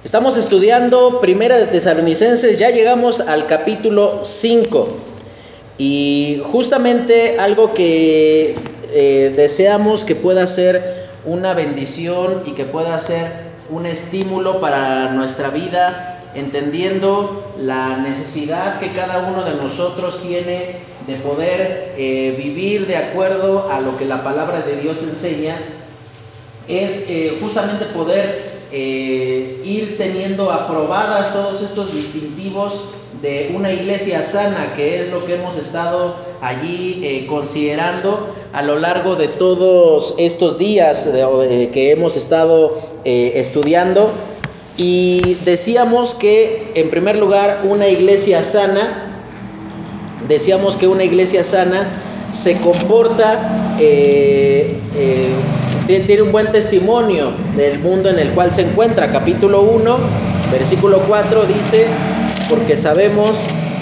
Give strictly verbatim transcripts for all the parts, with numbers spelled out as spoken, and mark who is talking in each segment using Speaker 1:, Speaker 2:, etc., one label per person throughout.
Speaker 1: Estamos estudiando Primera de Tesalonicenses, ya llegamos al capítulo cinco. Y justamente algo que eh, deseamos que pueda ser una bendición y que pueda ser un estímulo para nuestra vida, entendiendo la necesidad que cada uno de nosotros tiene de poder eh, vivir de acuerdo a lo que la palabra de Dios enseña, es eh, justamente poder eh, ir teniendo aprobadas todos estos distintivos de una iglesia sana, que es lo que hemos estado allí eh, considerando a lo largo de todos estos días de, de, que hemos estado eh, estudiando. Y decíamos que, en primer lugar, una iglesia sana, decíamos que una iglesia sana se comporta, eh, eh, tiene un buen testimonio del mundo en el cual se encuentra. Capítulo uno, versículo cuatro dice: porque sabemos,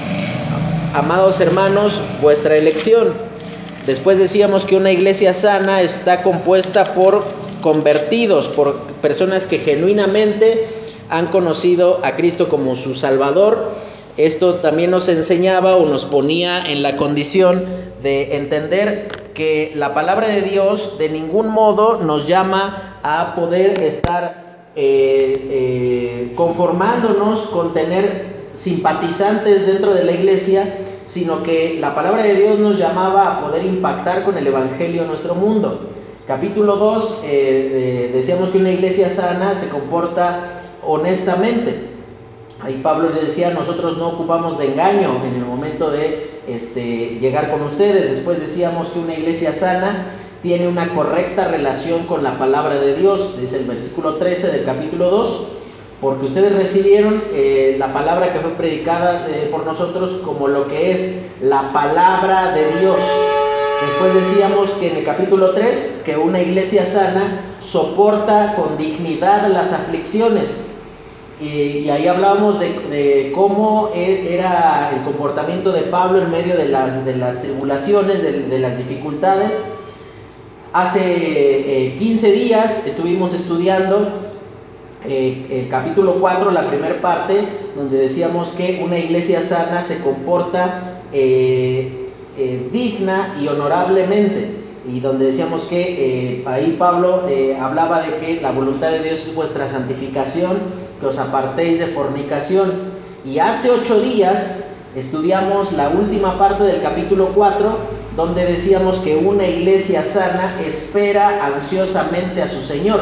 Speaker 1: amados hermanos, vuestra elección. Después decíamos que una iglesia sana está compuesta por convertidos, por personas que genuinamente han conocido a Cristo como su Salvador. Esto también nos enseñaba o nos ponía en la condición de entender que la palabra de Dios de ningún modo nos llama a poder estar eh, eh, conformándonos con tener simpatizantes dentro de la iglesia, sino que la palabra de Dios nos llamaba a poder impactar con el evangelio nuestro mundo. Capítulo dos, eh, eh, decíamos que una iglesia sana se comporta honestamente. Ahí Pablo le decía: nosotros no ocupamos de engaño en el momento de este, llegar con ustedes. Después decíamos que una iglesia sana tiene una correcta relación con la palabra de Dios. Dice el versículo trece del capítulo dos: porque ustedes recibieron eh, la palabra que fue predicada eh, por nosotros como lo que es la palabra de Dios. Después decíamos que en el capítulo tres que una iglesia sana soporta con dignidad las aflicciones. Y, y ahí hablábamos de, de cómo era el comportamiento de Pablo en medio de las, de las tribulaciones, de, de las dificultades. Hace eh, quince días estuvimos estudiando eh, el capítulo cuatro, la primera parte, donde decíamos que una iglesia sana se comporta eh, eh, digna y honorablemente. Y donde decíamos que eh, ahí Pablo eh, hablaba de que la voluntad de Dios es vuestra santificación, que os apartéis de fornicación. Y hace ocho días estudiamos la última parte del capítulo cuatro, donde decíamos que una iglesia sana espera ansiosamente a su Señor.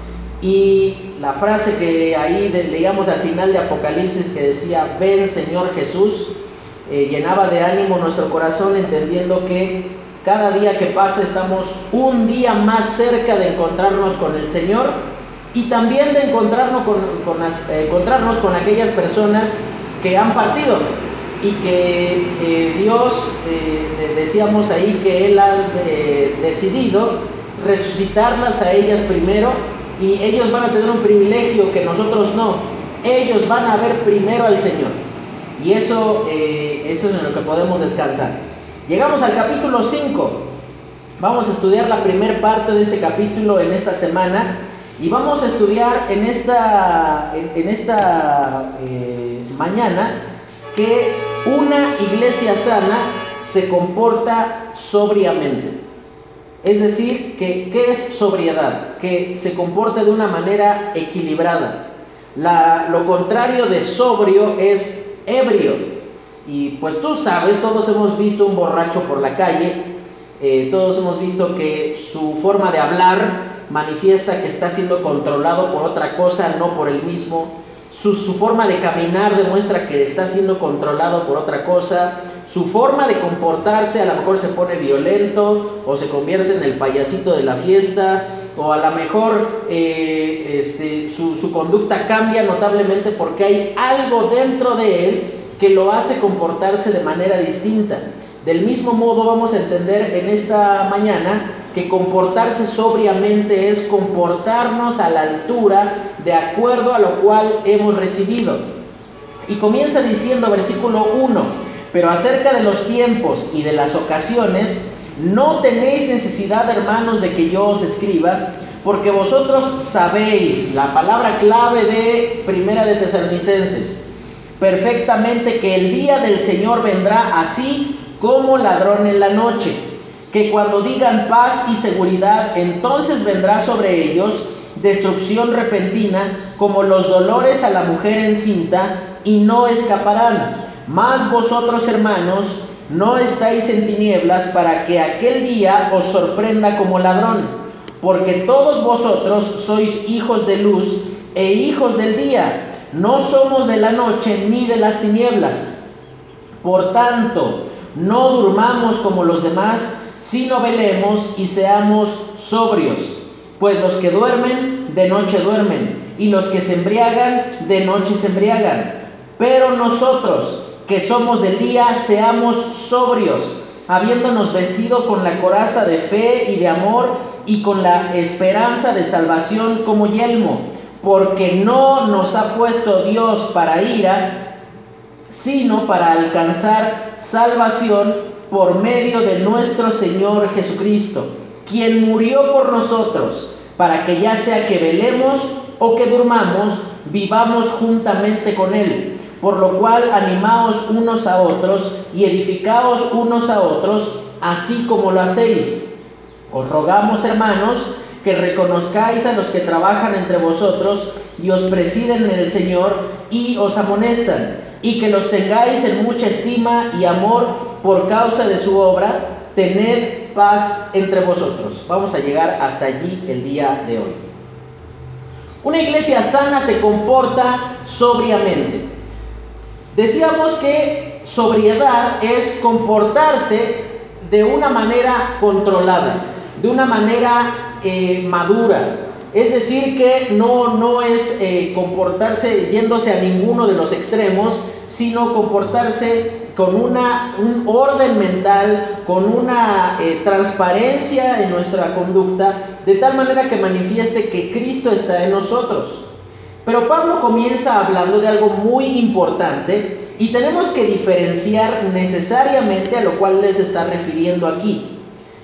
Speaker 1: Y la frase que ahí leíamos al final de Apocalipsis, que decía: ven Señor Jesús, eh, llenaba de ánimo nuestro corazón, entendiendo que cada día que pasa estamos un día más cerca de encontrarnos con el Señor, y también de encontrarnos con, con, eh, encontrarnos con aquellas personas que han partido y que eh, Dios, eh, decíamos ahí que Él ha eh, decidido resucitarlas a ellas primero, y ellos van a tener un privilegio que nosotros no. Ellos van a ver primero al Señor, y eso, eh, eso es en lo que podemos descansar. Llegamos al capítulo cinco. Vamos a estudiar la primera parte de este capítulo en esta semana, y vamos a estudiar en esta, en, en esta eh, mañana que una iglesia sana se comporta sobriamente. Es decir, que ¿qué es sobriedad? Que se comporte de una manera equilibrada. La, lo contrario de sobrio es ebrio. Y pues tú sabes, todos hemos visto un borracho por la calle, eh, todos hemos visto que su forma de hablar manifiesta que está siendo controlado por otra cosa, no por él mismo. Su, su forma de caminar demuestra que está siendo controlado por otra cosa. Su forma de comportarse, a lo mejor se pone violento, o se convierte en el payasito de la fiesta, o a lo mejor eh, este, su, su conducta cambia notablemente porque hay algo dentro de él que lo hace comportarse de manera distinta. Del mismo modo vamos a entender en esta mañana que comportarse sobriamente es comportarnos a la altura de acuerdo a lo cual hemos recibido. Y comienza diciendo, versículo uno: pero acerca de los tiempos y de las ocasiones, no tenéis necesidad, hermanos, de que yo os escriba, porque vosotros sabéis, la palabra clave de Primera de Tesalonicenses, perfectamente que el día del Señor vendrá así como ladrón en la noche, que cuando digan paz y seguridad, entonces vendrá sobre ellos destrucción repentina, como los dolores a la mujer encinta, y no escaparán. Mas vosotros, hermanos, no estáis en tinieblas para que aquel día os sorprenda como ladrón, porque todos vosotros sois hijos de luz e hijos del día, no somos de la noche ni de las tinieblas. Por tanto, no durmamos como los demás, sino velemos y seamos sobrios. Pues los que duermen, de noche duermen, y los que se embriagan, de noche se embriagan. Pero nosotros, que somos del día, seamos sobrios, habiéndonos vestido con la coraza de fe y de amor, y con la esperanza de salvación como yelmo, porque no nos ha puesto Dios para ira, sino para alcanzar salvación por medio de nuestro Señor Jesucristo, quien murió por nosotros, para que ya sea que velemos o que durmamos, vivamos juntamente con Él. Por lo cual animaos unos a otros y edificaos unos a otros, así como lo hacéis. Os rogamos, hermanos, que reconozcáis a los que trabajan entre vosotros y os presiden en el Señor y os amonestan, y que los tengáis en mucha estima y amor por causa de su obra. Tened paz entre vosotros. Vamos a llegar hasta allí el día de hoy. Una iglesia sana se comporta sobriamente. Decíamos que sobriedad es comportarse de una manera controlada, de una manera eh, madura. Es decir, que no, no es eh, comportarse yéndose a ninguno de los extremos, sino comportarse con una, un orden mental, con una eh, transparencia en nuestra conducta, de tal manera que manifieste que Cristo está en nosotros. Pero Pablo comienza hablando de algo muy importante y tenemos que diferenciar necesariamente a lo cual les está refiriendo aquí.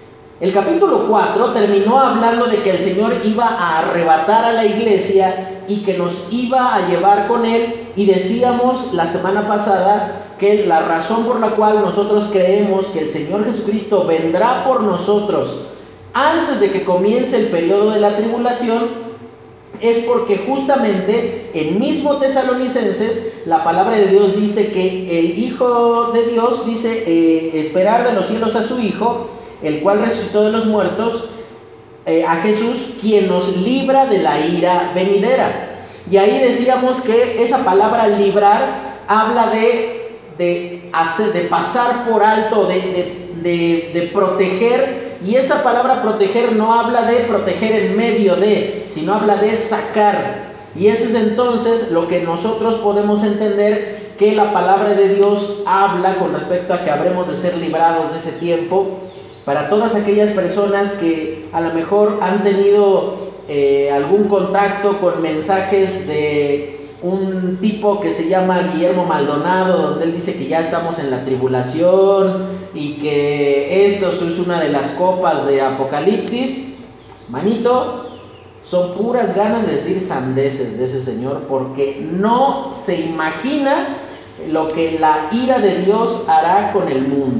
Speaker 1: El capítulo cuatro terminó hablando de que el Señor iba a arrebatar a la iglesia y que nos iba a llevar con Él, y decíamos la semana pasada que la razón por la cual nosotros creemos que el Señor Jesucristo vendrá por nosotros antes de que comience el periodo de la tribulación es porque justamente en mismo Tesalonicenses la palabra de Dios dice que el Hijo de Dios dice eh, esperar de los cielos a su Hijo, el cual resucitó de los muertos, eh, a Jesús, quien nos libra de la ira venidera. Y ahí decíamos que esa palabra librar habla de, de, hacer, de pasar por alto, de, de, de, de proteger. Y esa palabra proteger no habla de proteger en medio de, sino habla de sacar. Y eso es entonces lo que nosotros podemos entender que la palabra de Dios habla con respecto a que habremos de ser librados de ese tiempo. Para todas aquellas personas que a lo mejor han tenido eh, algún contacto con mensajes de un tipo que se llama Guillermo Maldonado, donde él dice que ya estamos en la tribulación y que esto es una de las copas de Apocalipsis, manito, son puras ganas de decir sandeces de ese señor, porque no se imagina lo que la ira de Dios hará con el mundo.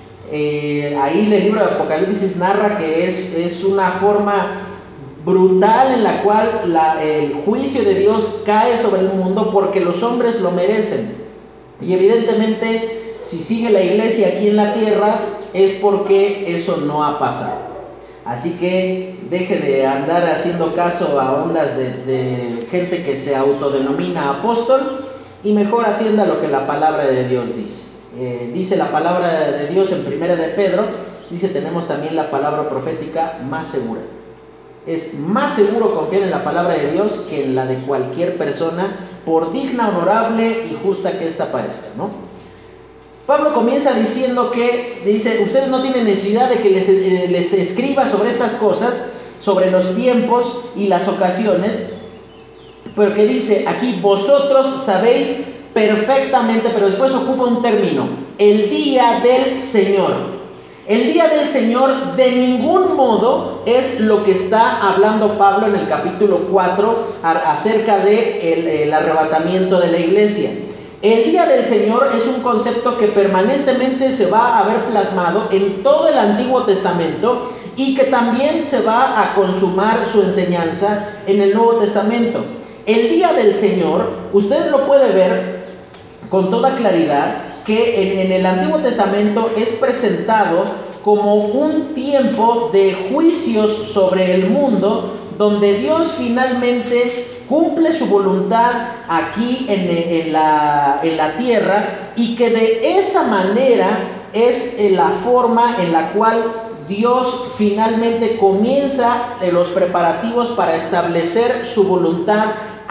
Speaker 1: Eh, ahí el libro de Apocalipsis narra que es, es una forma brutal en la cual la, el juicio de Dios cae sobre el mundo porque los hombres lo merecen. Y evidentemente, si sigue la iglesia aquí en la tierra, es porque eso no ha pasado. Así que deje de andar haciendo caso a ondas de, de gente que se autodenomina apóstol y mejor atienda lo que la palabra de Dios dice. Eh, dice la palabra de Dios en Primera de Pedro, dice tenemos también la palabra profética más segura. Es más seguro confiar en la palabra de Dios que en la de cualquier persona, por digna, honorable y justa que ésta parezca, ¿no? Pablo comienza diciendo que, dice, ustedes no tienen necesidad de que les, eh, les escriba sobre estas cosas, sobre los tiempos y las ocasiones, pero que dice aquí, vosotros sabéis perfectamente, pero después ocupa un término, el día del Señor. El día del Señor de ningún modo es lo que está hablando Pablo en el capítulo cuatro acerca de el, el arrebatamiento de la iglesia. El día del Señor es un concepto que permanentemente se va a ver plasmado en todo el Antiguo Testamento y que también se va a consumar su enseñanza en el Nuevo Testamento. El día del Señor, usted lo puede ver con toda claridad, que en, en el Antiguo Testamento es presentado como un tiempo de juicios sobre el mundo, donde Dios finalmente cumple su voluntad aquí en, en, la, en la tierra, y que de esa manera es la forma en la cual Dios finalmente comienza los preparativos para establecer su voluntad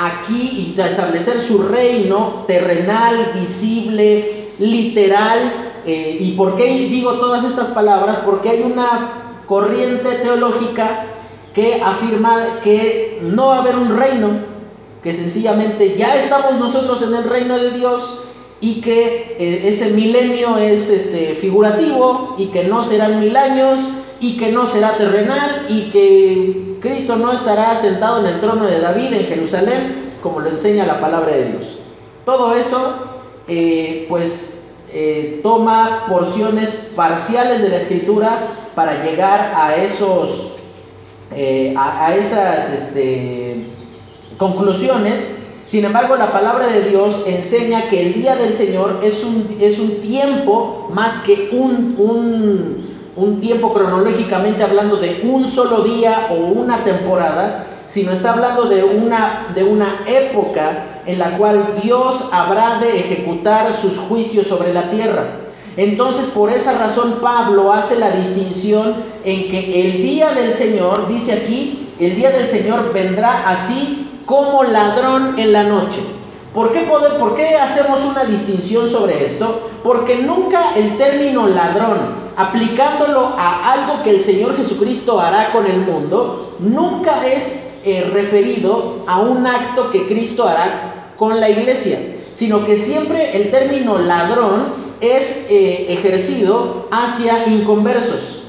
Speaker 1: aquí y establecer su reino terrenal, visible, literal. Eh, ¿Y por qué digo todas estas palabras? Porque hay una corriente teológica que afirma que no va a haber un reino, que sencillamente ya estamos nosotros en el reino de Dios y que eh, ese milenio es este, figurativo, y que no serán mil años y que no será terrenal, y que Cristo no estará sentado en el trono de David en Jerusalén, como lo enseña la palabra de Dios. Todo eso eh, pues eh, toma porciones parciales de la Escritura para llegar a esos eh, a, a esas este, conclusiones. Sin embargo, la palabra de Dios enseña que el día del Señor es un, es un tiempo más que un, un, un tiempo cronológicamente hablando de un solo día o una temporada, sino está hablando de una, de una época en la cual Dios habrá de ejecutar sus juicios sobre la tierra. Entonces, por esa razón, Pablo hace la distinción en que el día del Señor, dice aquí, el día del Señor vendrá así como ladrón en la noche. ¿Por qué, poder, ¿Por qué hacemos una distinción sobre esto? Porque nunca el término ladrón, aplicándolo a algo que el Señor Jesucristo hará con el mundo, nunca es eh, referido a un acto que Cristo hará con la iglesia, sino que siempre el término ladrón es eh, ejercido hacia inconversos.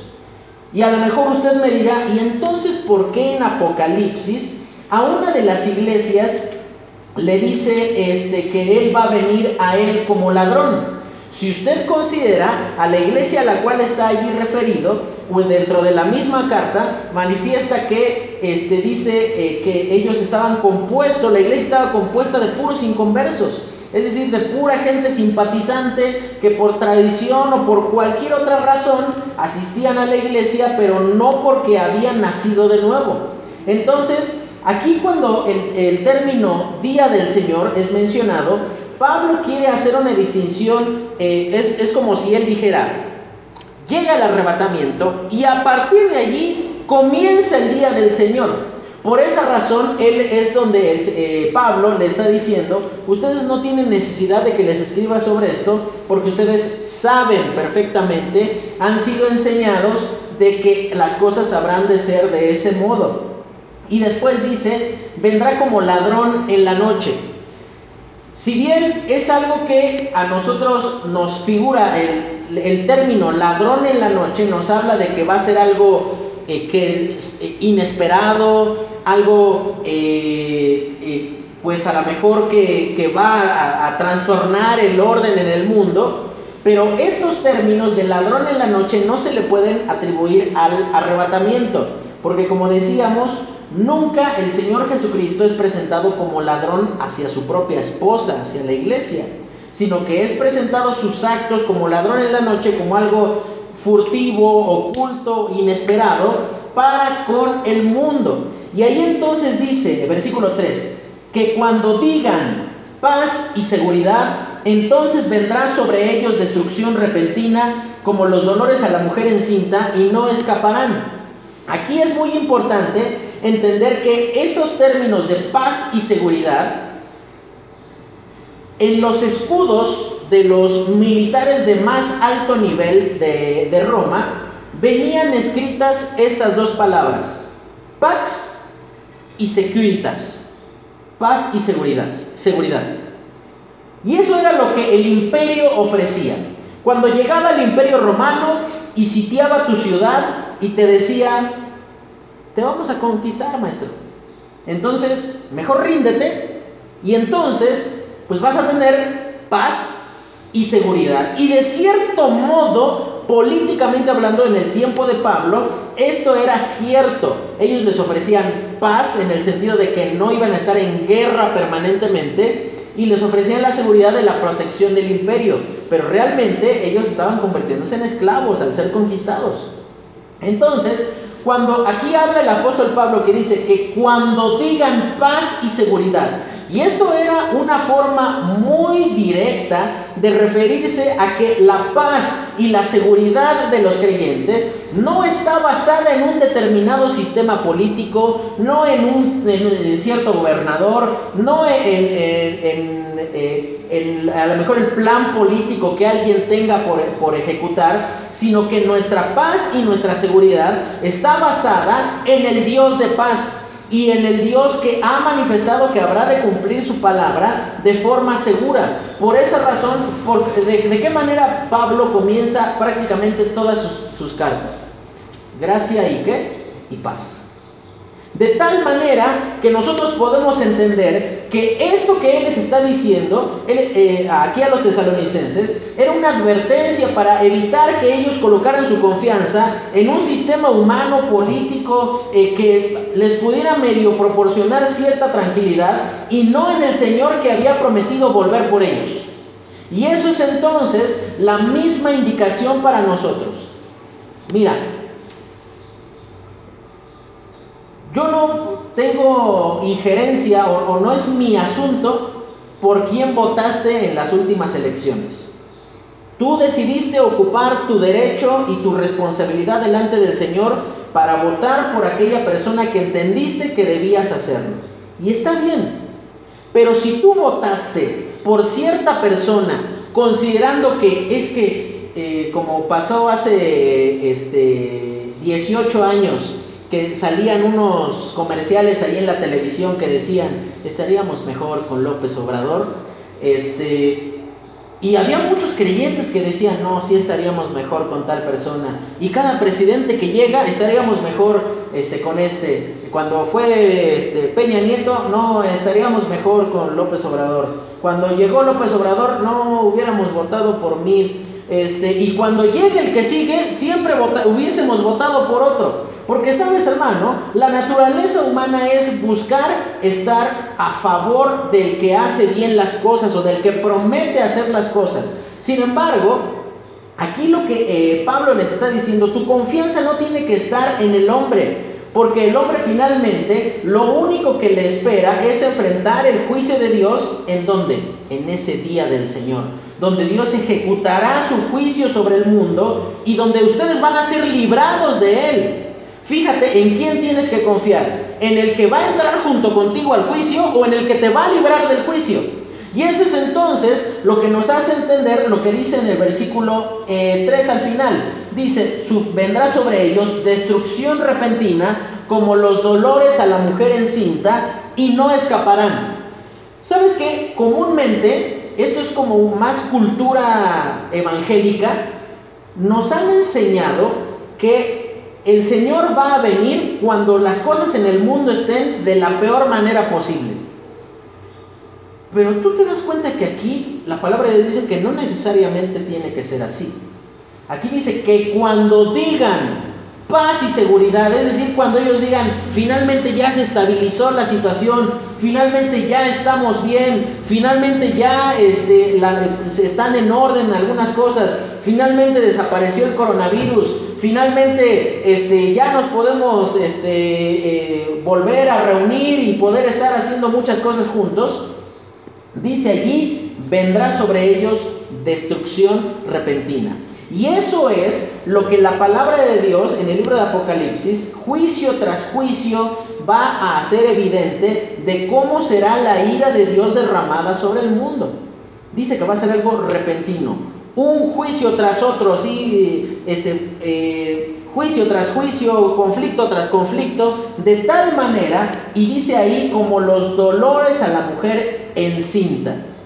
Speaker 1: Y a lo mejor usted me dirá, ¿y entonces por qué en Apocalipsis a una de las iglesias le dice este, que él va a venir a él como ladrón? Si usted considera a la iglesia a la cual está allí referido, pues dentro de la misma carta manifiesta que este, dice eh, que ellos estaban compuestos, la iglesia estaba compuesta de puros inconversos, es decir, de pura gente simpatizante que por tradición o por cualquier otra razón asistían a la iglesia, pero no porque habían nacido de nuevo. Entonces, aquí cuando el, el término día del Señor es mencionado, Pablo quiere hacer una distinción, eh, es, es como si él dijera, llega el arrebatamiento y a partir de allí comienza el día del Señor. Por esa razón, él es donde él, eh, Pablo le está diciendo, ustedes no tienen necesidad de que les escriba sobre esto, porque ustedes saben perfectamente, han sido enseñados de que las cosas habrán de ser de ese modo. Y después dice, vendrá como ladrón en la noche. Si bien es algo que a nosotros nos figura el, el término ladrón en la noche, nos habla de que va a ser algo eh, que es inesperado, algo eh, eh, pues a lo mejor que, que va a, a trastornar el orden en el mundo, pero estos términos de ladrón en la noche no se le pueden atribuir al arrebatamiento, porque como decíamos, nunca el Señor Jesucristo es presentado como ladrón hacia su propia esposa, hacia la iglesia, sino que es presentado sus actos como ladrón en la noche, como algo furtivo, oculto, inesperado para con el mundo. Y ahí entonces dice, versículo tres, que cuando digan paz y seguridad, entonces vendrá sobre ellos destrucción repentina, como los dolores a la mujer encinta, y no escaparán. Aquí es muy importante entender que esos términos de paz y seguridad, en los escudos de los militares de más alto nivel de, de Roma, venían escritas estas dos palabras, pax y securitas, paz y seguridad, seguridad. Y eso era lo que el imperio ofrecía. Cuando llegaba el imperio romano, y sitiaba tu ciudad y te decía, te vamos a conquistar, maestro. Entonces, mejor ríndete y entonces, pues vas a tener paz y seguridad. Y de cierto modo, políticamente hablando, en el tiempo de Pablo, esto era cierto. Ellos les ofrecían paz en el sentido de que no iban a estar en guerra permanentemente y les ofrecían la seguridad de la protección del imperio, pero realmente ellos estaban convirtiéndose en esclavos al ser conquistados. Entonces, cuando aquí habla el apóstol Pablo que dice que cuando digan paz y seguridad, y esto era una forma muy directa de referirse a que la paz y la seguridad de los creyentes no está basada en un determinado sistema político, no en un en cierto gobernador, no en, en, en, en, en a lo mejor el plan político que alguien tenga por, por ejecutar, sino que nuestra paz y nuestra seguridad está basada en el Dios de paz y en el Dios que ha manifestado que habrá de cumplir su palabra de forma segura. Por esa razón, por, de, ¿de qué manera Pablo comienza prácticamente todas sus, sus cartas? Gracia y qué? Y paz. De tal manera que nosotros podemos entender que esto que él les está diciendo él, eh, aquí a los tesalonicenses era una advertencia para evitar que ellos colocaran su confianza en un sistema humano político eh, que les pudiera medio proporcionar cierta tranquilidad y no en el Señor que había prometido volver por ellos. Y eso es entonces la misma indicación para nosotros. Mira, yo no tengo injerencia o, o no es mi asunto por quién votaste en las últimas elecciones. Tú decidiste ocupar tu derecho y tu responsabilidad delante del Señor para votar por aquella persona que entendiste que debías hacerlo. Y está bien. Pero si tú votaste por cierta persona considerando que es que, eh, como pasó hace este, dieciocho años, que salían unos comerciales ahí en la televisión que decían, estaríamos mejor con López Obrador, este, y había muchos creyentes que decían, no, sí estaríamos mejor con tal persona, y cada presidente que llega, estaríamos mejor este, con este. Cuando fue este, Peña Nieto, no, estaríamos mejor con López Obrador. Cuando llegó López Obrador, no hubiéramos votado por Mid. Este, y cuando llegue el que sigue, siempre vota, hubiésemos votado por otro. Porque sabes, hermano, la naturaleza humana es buscar estar a favor del que hace bien las cosas o del que promete hacer las cosas. Sin embargo, aquí lo que eh, Pablo les está diciendo, tu confianza no tiene que estar en el hombre, porque el hombre finalmente lo único que le espera es enfrentar el juicio de Dios. ¿En dónde? En ese día del Señor, donde Dios ejecutará su juicio sobre el mundo y donde ustedes van a ser librados de él. Fíjate en quién tienes que confiar, en el que va a entrar junto contigo al juicio o en el que te va a librar del juicio. Y eso es entonces lo que nos hace entender lo que dice en el versículo eh, tres al final. Dice, vendrá sobre ellos destrucción repentina como los dolores a la mujer encinta y no escaparán. ¿Sabes qué? Comúnmente, esto es como más cultura evangélica, nos han enseñado que el Señor va a venir cuando las cosas en el mundo estén de la peor manera posible. Pero tú te das cuenta que aquí la palabra de Dios dice que no necesariamente tiene que ser así. Aquí dice que cuando digan paz y seguridad, es decir, cuando ellos digan finalmente ya se estabilizó la situación, finalmente ya estamos bien, finalmente ya este, la, están en orden algunas cosas, finalmente desapareció el coronavirus, finalmente este, ya nos podemos este, eh, volver a reunir y poder estar haciendo muchas cosas juntos. Dice allí, vendrá sobre ellos destrucción repentina. Y eso es lo que la palabra de Dios en el libro de Apocalipsis, juicio tras juicio, va a hacer evidente de cómo será la ira de Dios derramada sobre el mundo. Dice que va a ser algo repentino, un juicio tras otro, así, este, eh, juicio tras juicio, conflicto tras conflicto, de tal manera, y dice ahí como los dolores a la mujer encinta.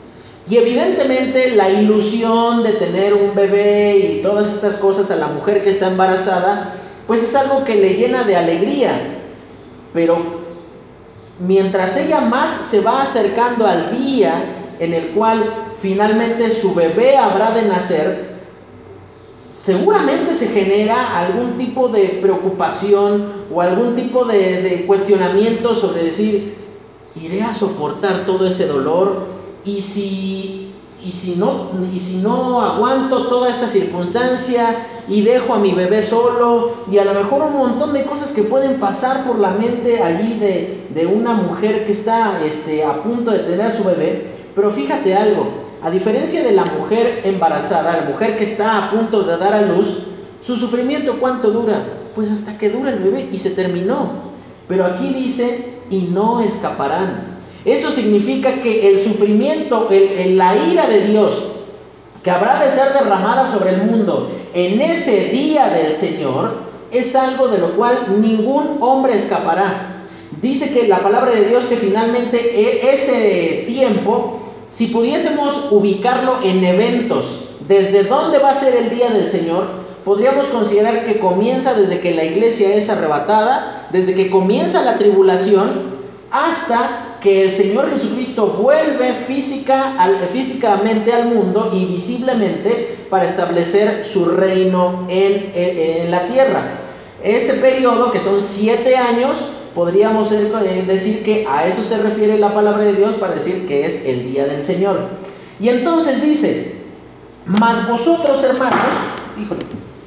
Speaker 1: Y evidentemente la ilusión de tener un bebé y todas estas cosas a la mujer que está embarazada, pues es algo que le llena de alegría. Pero mientras ella más se va acercando al día en el cual finalmente su bebé habrá de nacer, seguramente se genera algún tipo de preocupación o algún tipo de, de cuestionamiento sobre decir, ¿iré a soportar todo ese dolor? Y si, y, si no, y si no aguanto toda esta circunstancia y dejo a mi bebé solo, y a lo mejor un montón de cosas que pueden pasar por la mente allí de, de una mujer que está este, a punto de tener a su bebé. Pero fíjate algo, a diferencia de la mujer embarazada, la mujer que está a punto de dar a luz, su sufrimiento ¿cuánto dura? Pues hasta que dura el bebé y se terminó. Pero aquí dice, y no escaparán. Eso significa que el sufrimiento, el, el, la ira de Dios que habrá de ser derramada sobre el mundo en ese día del Señor, es algo de lo cual ningún hombre escapará. Dice que la palabra de Dios que finalmente ese tiempo, si pudiésemos ubicarlo en eventos, ¿desde dónde va a ser el día del Señor? Podríamos considerar que comienza desde que la iglesia es arrebatada, desde que comienza la tribulación, hasta que el Señor Jesucristo vuelve física, al, físicamente al mundo y visiblemente para establecer su reino en, en, en la tierra. Ese periodo, que son siete años, podríamos decir que a eso se refiere la palabra de Dios para decir que es el día del Señor. Y entonces dice, mas vosotros hermanos, híjole,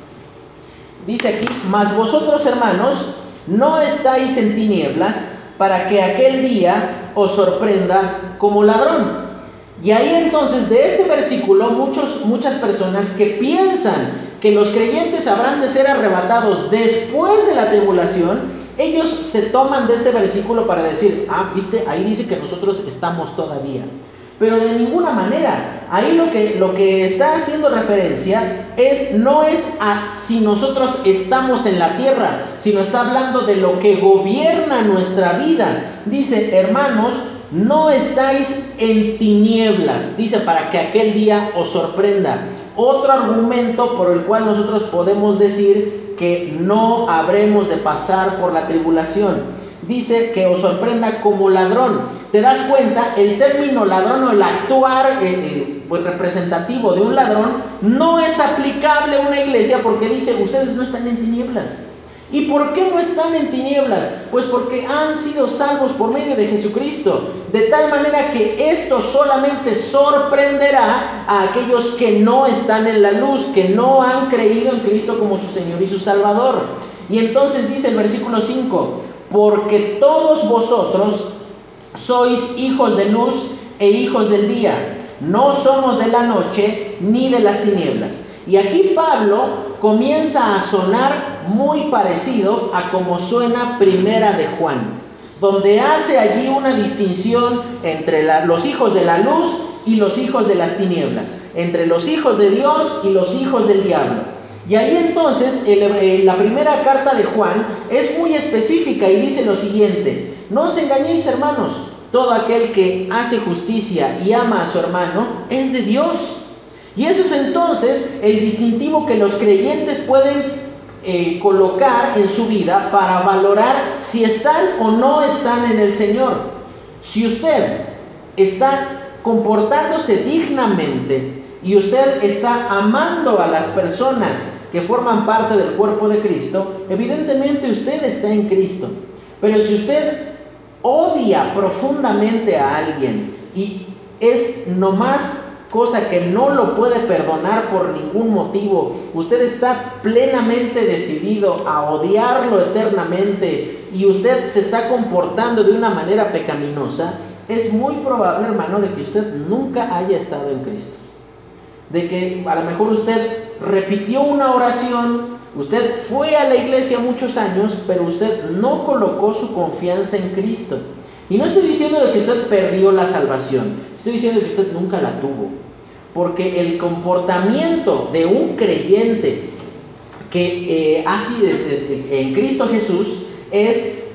Speaker 1: dice aquí, mas vosotros hermanos, no estáis en tinieblas, para que aquel día os sorprenda como ladrón. Y ahí entonces de este versículo muchos, muchas personas que piensan que los creyentes habrán de ser arrebatados después de la tribulación, ellos se toman de este versículo para decir, ah, viste, ahí dice que nosotros estamos todavía. Pero de ninguna manera, ahí lo que, lo que está haciendo referencia es, no es a si nosotros estamos en la tierra, sino está hablando de lo que gobierna nuestra vida. Dice, hermanos, no estáis en tinieblas, dice, para que aquel día os sorprenda. Otro argumento por el cual nosotros podemos decir que no habremos de pasar por la tribulación. Dice que os sorprenda como ladrón. ¿Te das cuenta? El término ladrón o el actuar eh, eh, pues representativo de un ladrón no es aplicable a una iglesia, porque dice, ustedes no están en tinieblas. ¿Y por qué no están en tinieblas? Pues porque han sido salvos por medio de Jesucristo, de tal manera que esto solamente sorprenderá a aquellos que no están en la luz, que no han creído en Cristo como su Señor y su Salvador. Y entonces dice el versículo cinco, porque todos vosotros sois hijos de luz e hijos del día, no somos de la noche ni de las tinieblas. Y aquí Pablo comienza a sonar muy parecido a como suena Primera de Juan, donde hace allí una distinción entre la, los hijos de la luz y los hijos de las tinieblas, entre los hijos de Dios y los hijos del diablo. Y ahí entonces el, el, la primera carta de Juan es muy específica y dice lo siguiente: no os engañéis, hermanos, todo aquel que hace justicia y ama a su hermano es de Dios. Y eso es entonces el distintivo que los creyentes pueden eh, colocar en su vida para valorar si están o no están en el Señor. Si usted está comportándose dignamente y usted está amando a las personas que forman parte del cuerpo de Cristo, evidentemente usted está en Cristo. Pero si usted odia profundamente a alguien y es nomás cosa que no lo puede perdonar por ningún motivo, usted está plenamente decidido a odiarlo eternamente y usted se está comportando de una manera pecaminosa, es muy probable, hermano, de que usted nunca haya estado en Cristo. De que a lo mejor usted repitió una oración, usted fue a la iglesia muchos años, pero usted no colocó su confianza en Cristo. Y no estoy diciendo de que usted perdió la salvación, estoy diciendo que usted nunca la tuvo. Porque el comportamiento de un creyente que eh, ha sido en Cristo Jesús es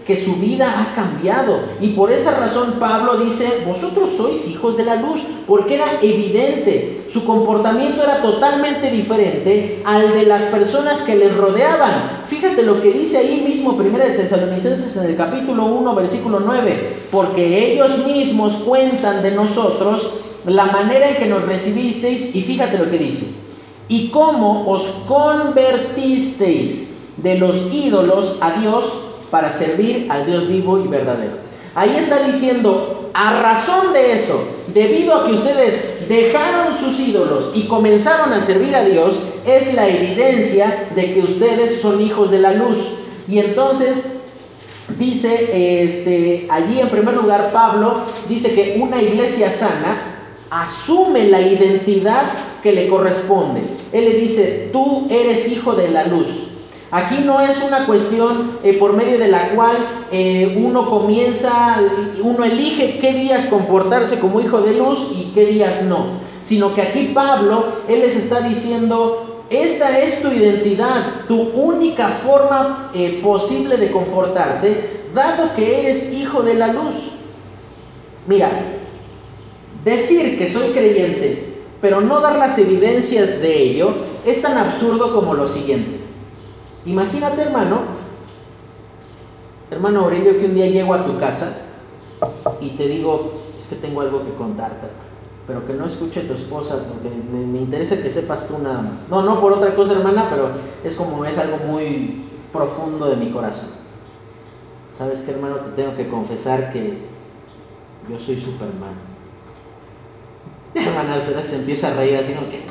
Speaker 1: que su vida ha cambiado. Y por esa razón Pablo dice, vosotros sois hijos de la luz, porque era evidente, su comportamiento era totalmente diferente al de las personas que les rodeaban. Fíjate lo que dice ahí mismo primera de Tesalonicenses en el capítulo uno, versículo nueve, porque ellos mismos cuentan de nosotros la manera en que nos recibisteis, y fíjate lo que dice, y cómo os convertisteis de los ídolos a Dios para servir al Dios vivo y verdadero. Ahí está diciendo, a razón de eso, debido a que ustedes dejaron sus ídolos y comenzaron a servir a Dios, es la evidencia de que ustedes son hijos de la luz. Y entonces dice, este, allí en primer lugar Pablo dice que una iglesia sana asume la identidad que le corresponde. Él le dice, tú eres hijo de la luz. Aquí no es una cuestión eh, por medio de la cual eh, uno comienza, uno elige qué días comportarse como hijo de luz y qué días no, sino que aquí Pablo, él les está diciendo, esta es tu identidad, tu única forma eh, posible de comportarte, dado que eres hijo de la luz. Mira, decir que soy creyente, pero no dar las evidencias de ello, es tan absurdo como lo siguiente. Imagínate, hermano, hermano Aurelio, que un día llego a tu casa y te digo, es que tengo algo que contarte, pero que no escuche tu esposa, porque me, me interesa que sepas tú nada más. No, no por otra cosa, hermana, pero es como, es algo muy profundo de mi corazón. ¿Sabes qué, hermano? Te tengo que confesar que yo soy Superman. Hermana, ahora se empieza a reír así como que...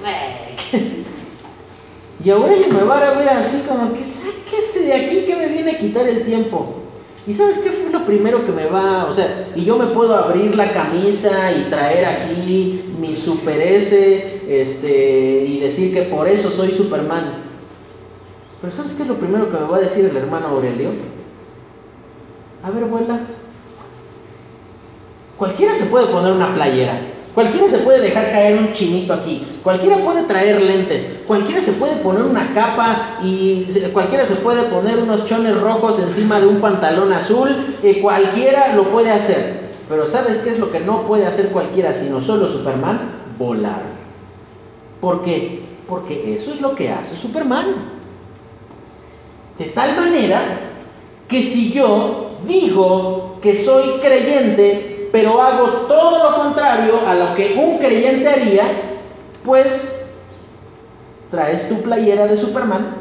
Speaker 1: Y Aurelio me va a ver así como que, sáquese de aquí, que me viene a quitar el tiempo. ¿Y sabes qué fue lo primero que me va? O sea, y yo me puedo abrir la camisa y traer aquí mi super S, este, y decir que por eso soy Superman. Pero ¿sabes qué es lo primero que me va a decir el hermano Aurelio? A ver, abuela, cualquiera se puede poner una playera. Cualquiera se puede dejar caer un chinito aquí, cualquiera puede traer lentes, cualquiera se puede poner una capa y cualquiera se puede poner unos chones rojos encima de un pantalón azul, eh, cualquiera lo puede hacer. Pero ¿sabes qué es lo que no puede hacer cualquiera sino solo Superman? Volar. ¿Por qué? Porque eso es lo que hace Superman. De tal manera que si yo digo que soy creyente, pero hago todo lo contrario a lo que un creyente haría, pues traes tu playera de Superman,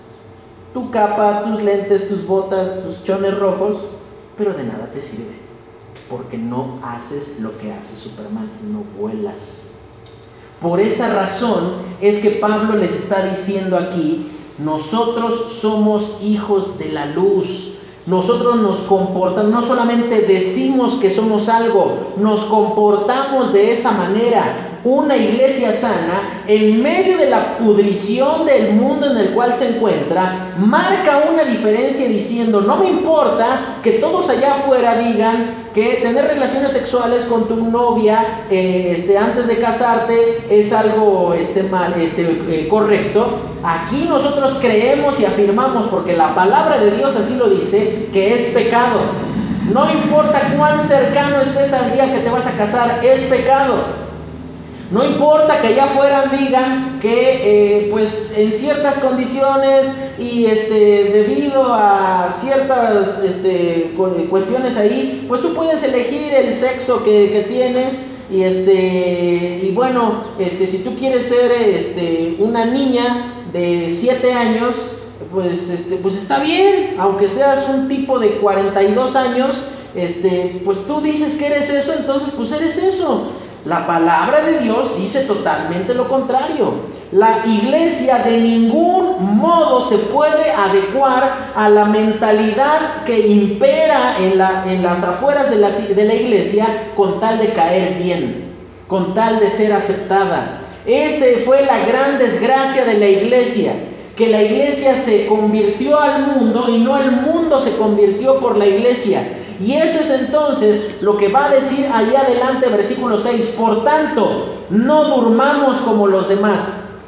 Speaker 1: tu capa, tus lentes, tus botas, tus chones rojos, pero de nada te sirve, porque no haces lo que hace Superman, no vuelas. Por esa razón es que Pablo les está diciendo aquí, nosotros somos hijos de la luz. Nosotros nos comportamos, no solamente decimos que somos algo, nos comportamos de esa manera. Una iglesia sana, en medio de la pudrición del mundo en el cual se encuentra, marca una diferencia diciendo, no me importa que todos allá afuera digan que tener relaciones sexuales con tu novia eh, este, antes de casarte es algo este, mal, este, eh, correcto. Aquí nosotros creemos y afirmamos, porque la palabra de Dios así lo dice, que es pecado. No importa cuán cercano estés al día que te vas a casar, es pecado. No importa que allá afuera digan que eh, pues en ciertas condiciones y este, debido a ciertas este, cuestiones ahí, pues tú puedes elegir el sexo que, que tienes y, este, y bueno, este, si tú quieres ser este, una niña de siete años, pues, este, pues está bien, aunque seas un tipo de cuarenta y dos años, este, pues tú dices que eres eso, entonces pues eres eso. La palabra de Dios dice totalmente lo contrario. La iglesia de ningún modo se puede adecuar a la mentalidad que impera en, la, en las afueras de la, de la iglesia con tal de caer bien, con tal de ser aceptada. Esa fue la gran desgracia de la iglesia, que la iglesia se convirtió al mundo y no el mundo se convirtió por la iglesia. Y eso es entonces lo que va a decir ahí adelante, versículo seis. Por tanto, no durmamos como los demás.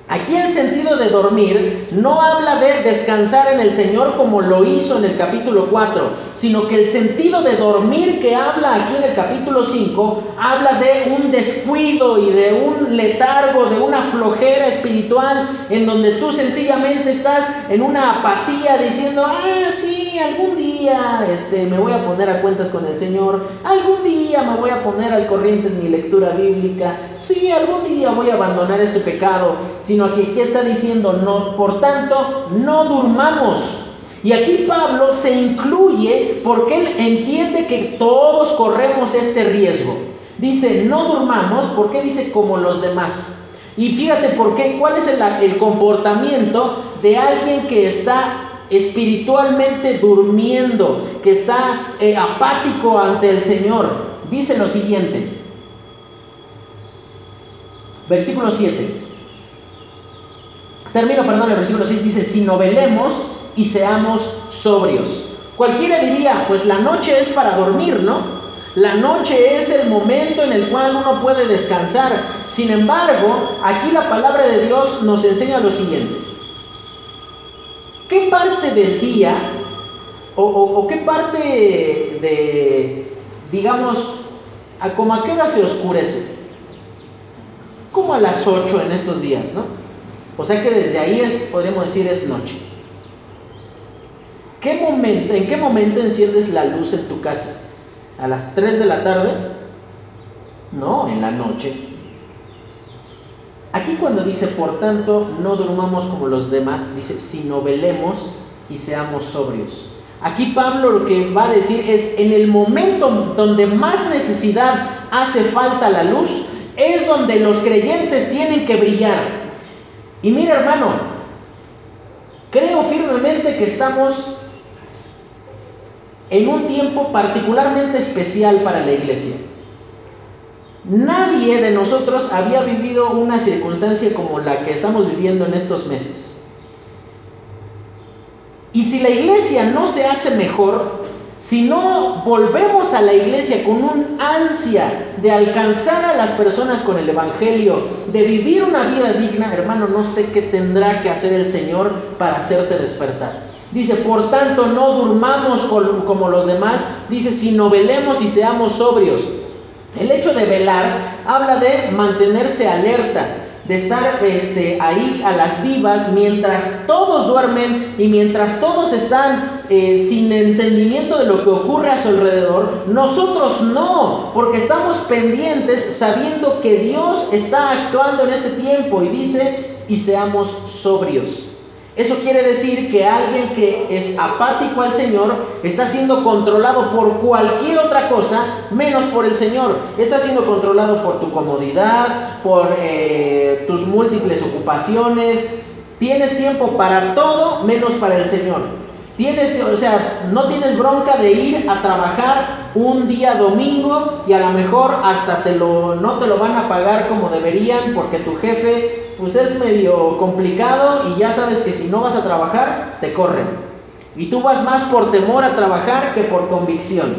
Speaker 1: Aquí el sentido de dormir no habla de descansar en el Señor como lo hizo en el capítulo cuatro, sino que el sentido de dormir que habla aquí en el capítulo cinco habla de un descuido y de un letargo, de una flojera espiritual, en donde tú sencillamente estás en una apatía diciendo, ah, sí, algún día este, me voy a poner a cuentas con el Señor, algún día me voy a poner al corriente en mi lectura bíblica, sí, algún día voy a abandonar este pecado, sino que aquí está diciendo, no, por tanto, no durmamos. Y aquí Pablo se incluye porque él entiende que todos corremos este riesgo. Dice, no durmamos, ¿por qué dice como los demás? Y fíjate por qué, cuál es el, el comportamiento de alguien que está espiritualmente durmiendo, que está eh, apático ante el Señor. Dice lo siguiente, versículo siete. Termino, perdón, el versículo seis dice, sino velemos y seamos sobrios. Cualquiera diría, pues la noche es para dormir, ¿no? La noche es el momento en el cual uno puede descansar. Sin embargo, aquí la palabra de Dios nos enseña lo siguiente. ¿Qué parte del día o, o, o qué parte de, digamos, a como a qué hora se oscurece? Como a las ocho en estos días, ¿no? O sea que desde ahí es, podríamos decir, es noche. ¿Qué momento, ¿En qué momento enciendes la luz en tu casa? ¿A las tres de la tarde? No, en la noche. Aquí cuando dice, por tanto, no durmamos como los demás, dice, sino velemos y seamos sobrios. Aquí Pablo lo que va a decir es, en el momento donde más necesidad hace falta la luz, es donde los creyentes tienen que brillar. Y mira, hermano, creo firmemente que estamos en un tiempo particularmente especial para la iglesia. Nadie de nosotros había vivido una circunstancia como la que estamos viviendo en estos meses. Y si la iglesia no se hace mejor, si no volvemos a la iglesia con un ansia de alcanzar a las personas con el evangelio, de vivir una vida digna, hermano, no sé qué tendrá que hacer el Señor para hacerte despertar. Dice, por tanto, no durmamos como los demás, dice, sino velemos y seamos sobrios. El hecho de velar habla de mantenerse alerta, de estar este, ahí a las vivas mientras todos duermen y mientras todos están eh, sin entendimiento de lo que ocurre a su alrededor. Nosotros no, porque estamos pendientes sabiendo que Dios está actuando en este tiempo y dice, y seamos sobrios. Eso quiere decir que alguien que es apático al Señor está siendo controlado por cualquier otra cosa menos por el Señor. Está siendo controlado por tu comodidad, por eh, tus múltiples ocupaciones. Tienes tiempo para todo menos para el Señor. Tienes, o sea, no tienes bronca de ir a trabajar un día domingo y a lo mejor hasta te lo, no te lo van a pagar como deberían porque tu jefe pues es medio complicado y ya sabes que si no vas a trabajar te corren. Y tú vas más por temor a trabajar que por convicción.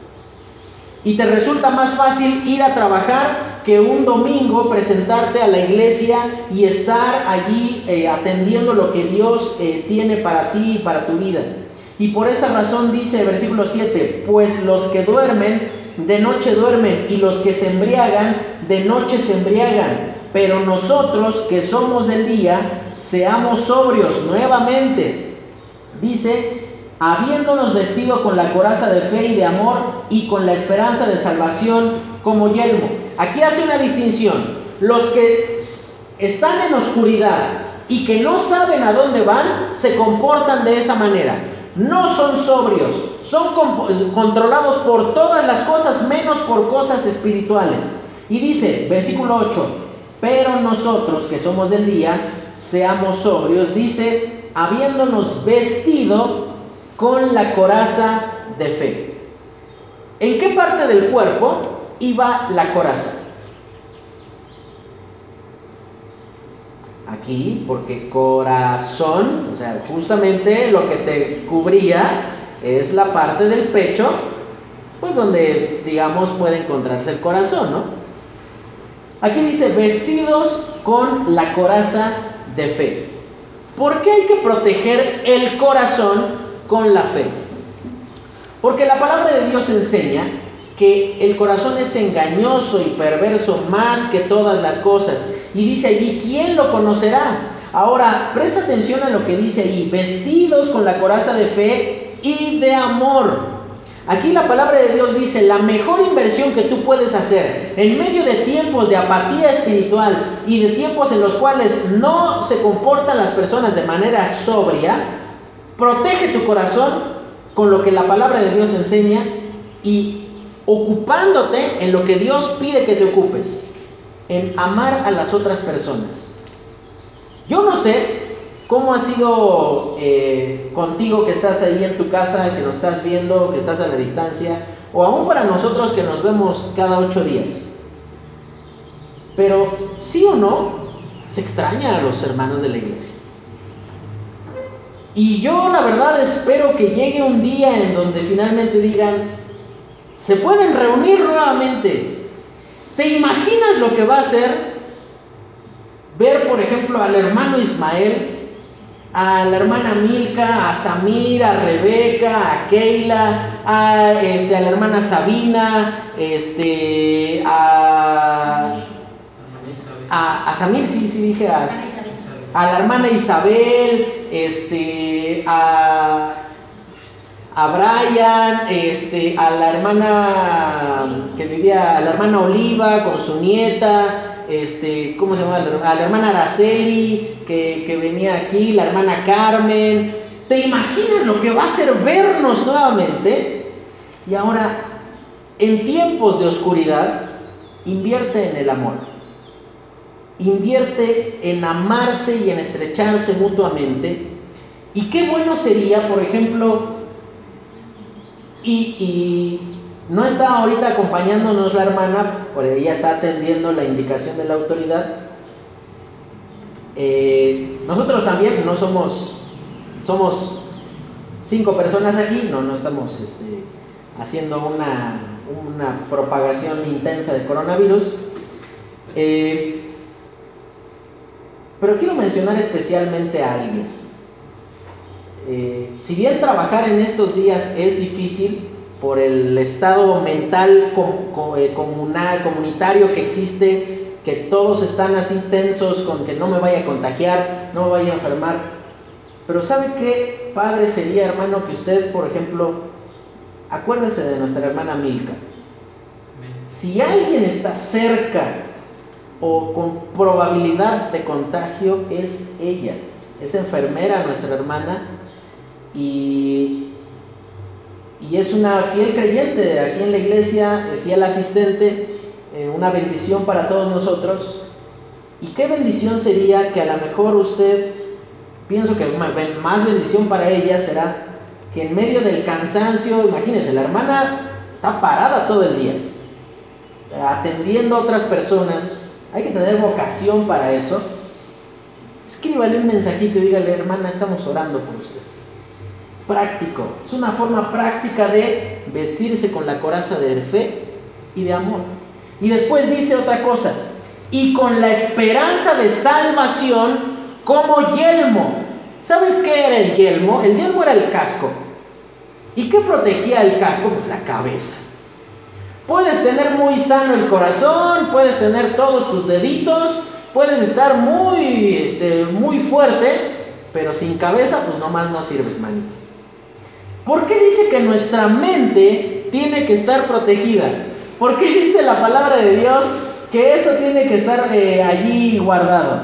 Speaker 1: Y te resulta más fácil ir a trabajar que un domingo presentarte a la iglesia y estar allí eh, atendiendo lo que Dios eh, tiene para ti y para tu vida. Y por esa razón dice el versículo siete, pues los que duermen, de noche duermen, y los que se embriagan, de noche se embriagan. Pero nosotros que somos del día, seamos sobrios. Nuevamente, dice, habiéndonos vestido con la coraza de fe y de amor y con la esperanza de salvación como yelmo. Aquí hace una distinción. Los que están en oscuridad y que no saben a dónde van, se comportan de esa manera. No son sobrios, son controlados por todas las cosas menos por cosas espirituales. Y dice, versículo ocho, pero nosotros que somos del día, seamos sobrios, dice, habiéndonos vestido con la coraza de fe. ¿En qué parte del cuerpo iba la coraza? Aquí, porque corazón, o sea, justamente lo que te cubría es la parte del pecho, pues donde, digamos, puede encontrarse el corazón, ¿no? Aquí dice, vestidos con la coraza de fe. ¿Por qué hay que proteger el corazón con la fe? Porque la palabra de Dios enseña que el corazón es engañoso y perverso más que todas las cosas. Y dice allí, ¿quién lo conocerá? Ahora, presta atención a lo que dice ahí, vestidos con la coraza de fe y de amor. Aquí la palabra de Dios dice, la mejor inversión que tú puedes hacer en medio de tiempos de apatía espiritual y de tiempos en los cuales no se comportan las personas de manera sobria, protege tu corazón con lo que la palabra de Dios enseña y ocupándote en lo que Dios pide que te ocupes, en amar a las otras personas. Yo no sé cómo ha sido eh, contigo que estás ahí en tu casa, que nos estás viendo, que estás a la distancia, o aún para nosotros que nos vemos cada ocho días. Pero sí o no, se extraña a los hermanos de la iglesia. Y yo la verdad espero que llegue un día en donde finalmente digan, se pueden reunir nuevamente. ¿Te imaginas lo que va a ser ver, por ejemplo, al hermano Ismael, a la hermana Milka, a Samir, a Rebeca, a Keila, a, este, a la hermana Sabina, este, a, a, a Samir, sí, sí dije, a, a la hermana Isabel, este, a, a Brian, este, a la hermana que vivía, a la hermana Oliva con su nieta, este, ¿cómo se llama? A la hermana Araceli que, que venía aquí, la hermana Carmen. ¿Te imaginas lo que va a ser vernos nuevamente? Y ahora, en tiempos de oscuridad, invierte en el amor. Invierte en amarse y en estrecharse mutuamente. Y qué bueno sería, por ejemplo, y, y no está ahorita acompañándonos la hermana, porque ella está atendiendo la indicación de la autoridad. Eh, nosotros también no somos, somos cinco personas aquí, no, no estamos este, haciendo una, una propagación intensa de coronavirus. Eh, pero quiero mencionar especialmente a alguien. Eh, si bien trabajar en estos días es difícil por el estado mental com, com, eh, comunal, comunitario que existe, que todos están así tensos con que no me vaya a contagiar, no me vaya a enfermar, pero ¿sabe qué padre sería, hermano, que usted, por ejemplo, acuérdese de nuestra hermana Milka? Si alguien está cerca o con probabilidad de contagio, es ella, es enfermera nuestra hermana. Y, y es una fiel creyente aquí en la iglesia, fiel asistente, eh, una bendición para todos nosotros. Y qué bendición sería que a lo mejor usted, pienso que más bendición para ella será que en medio del cansancio, imagínense, la hermana está parada todo el día, atendiendo a otras personas, hay que tener vocación para eso. Escríbale un mensajito y dígale, hermana, estamos orando por usted. Práctico, es una forma práctica de vestirse con la coraza de fe y de amor. Y después dice otra cosa, y con la esperanza de salvación como yelmo. ¿Sabes qué era el yelmo? El yelmo era el casco. ¿Y qué protegía el casco? Pues la cabeza. Puedes tener muy sano el corazón, puedes tener todos tus deditos, puedes estar muy, este, muy fuerte, pero sin cabeza, pues nomás no sirves, manito. ¿Por qué dice que nuestra mente tiene que estar protegida? ¿Por qué dice la palabra de Dios que eso tiene que estar eh, allí guardado?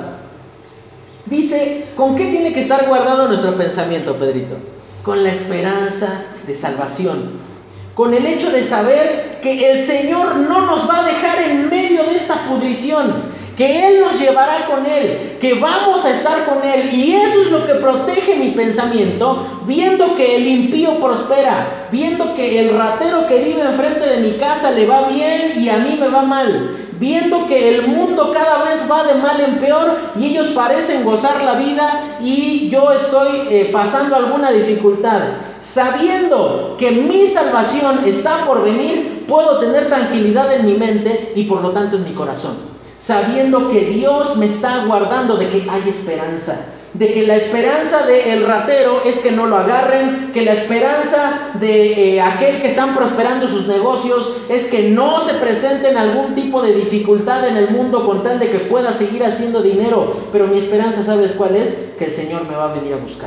Speaker 1: Dice, ¿con qué tiene que estar guardado nuestro pensamiento, Pedrito? Con la esperanza de salvación. Con el hecho de saber que el Señor no nos va a dejar en medio de esta pudrición, que Él nos llevará con Él, que vamos a estar con Él. Y eso es lo que protege mi pensamiento, viendo que el impío prospera, viendo que el ratero que vive enfrente de mi casa le va bien y a mí me va mal, viendo que el mundo cada vez va de mal en peor y ellos parecen gozar la vida y yo estoy eh, pasando alguna dificultad. Sabiendo que mi salvación está por venir, puedo tener tranquilidad en mi mente y por lo tanto en mi corazón. sabiendo que Dios me está guardando, de que hay esperanza, de que la esperanza del ratero es que no lo agarren, que la esperanza de eh, aquel que están prosperando sus negocios es que no se presenten algún tipo de dificultad en el mundo con tal de que pueda seguir haciendo dinero. Pero mi esperanza, ¿sabes cuál es? Que el Señor me va a venir a buscar.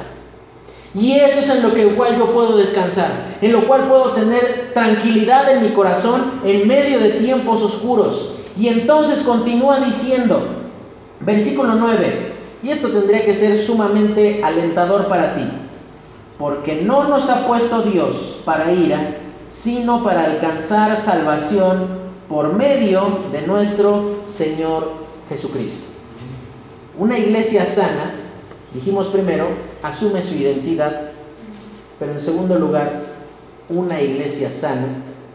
Speaker 1: Y eso es en lo que cual yo puedo descansar, en lo cual puedo tener tranquilidad en mi corazón en medio de tiempos oscuros. Y entonces continúa diciendo, versículo nueve, y esto tendría que ser sumamente alentador para ti, porque no nos ha puesto Dios para ira, sino para alcanzar salvación por medio de nuestro Señor Jesucristo. Una iglesia sana, dijimos primero, asume su identidad, pero en segundo lugar, una iglesia sana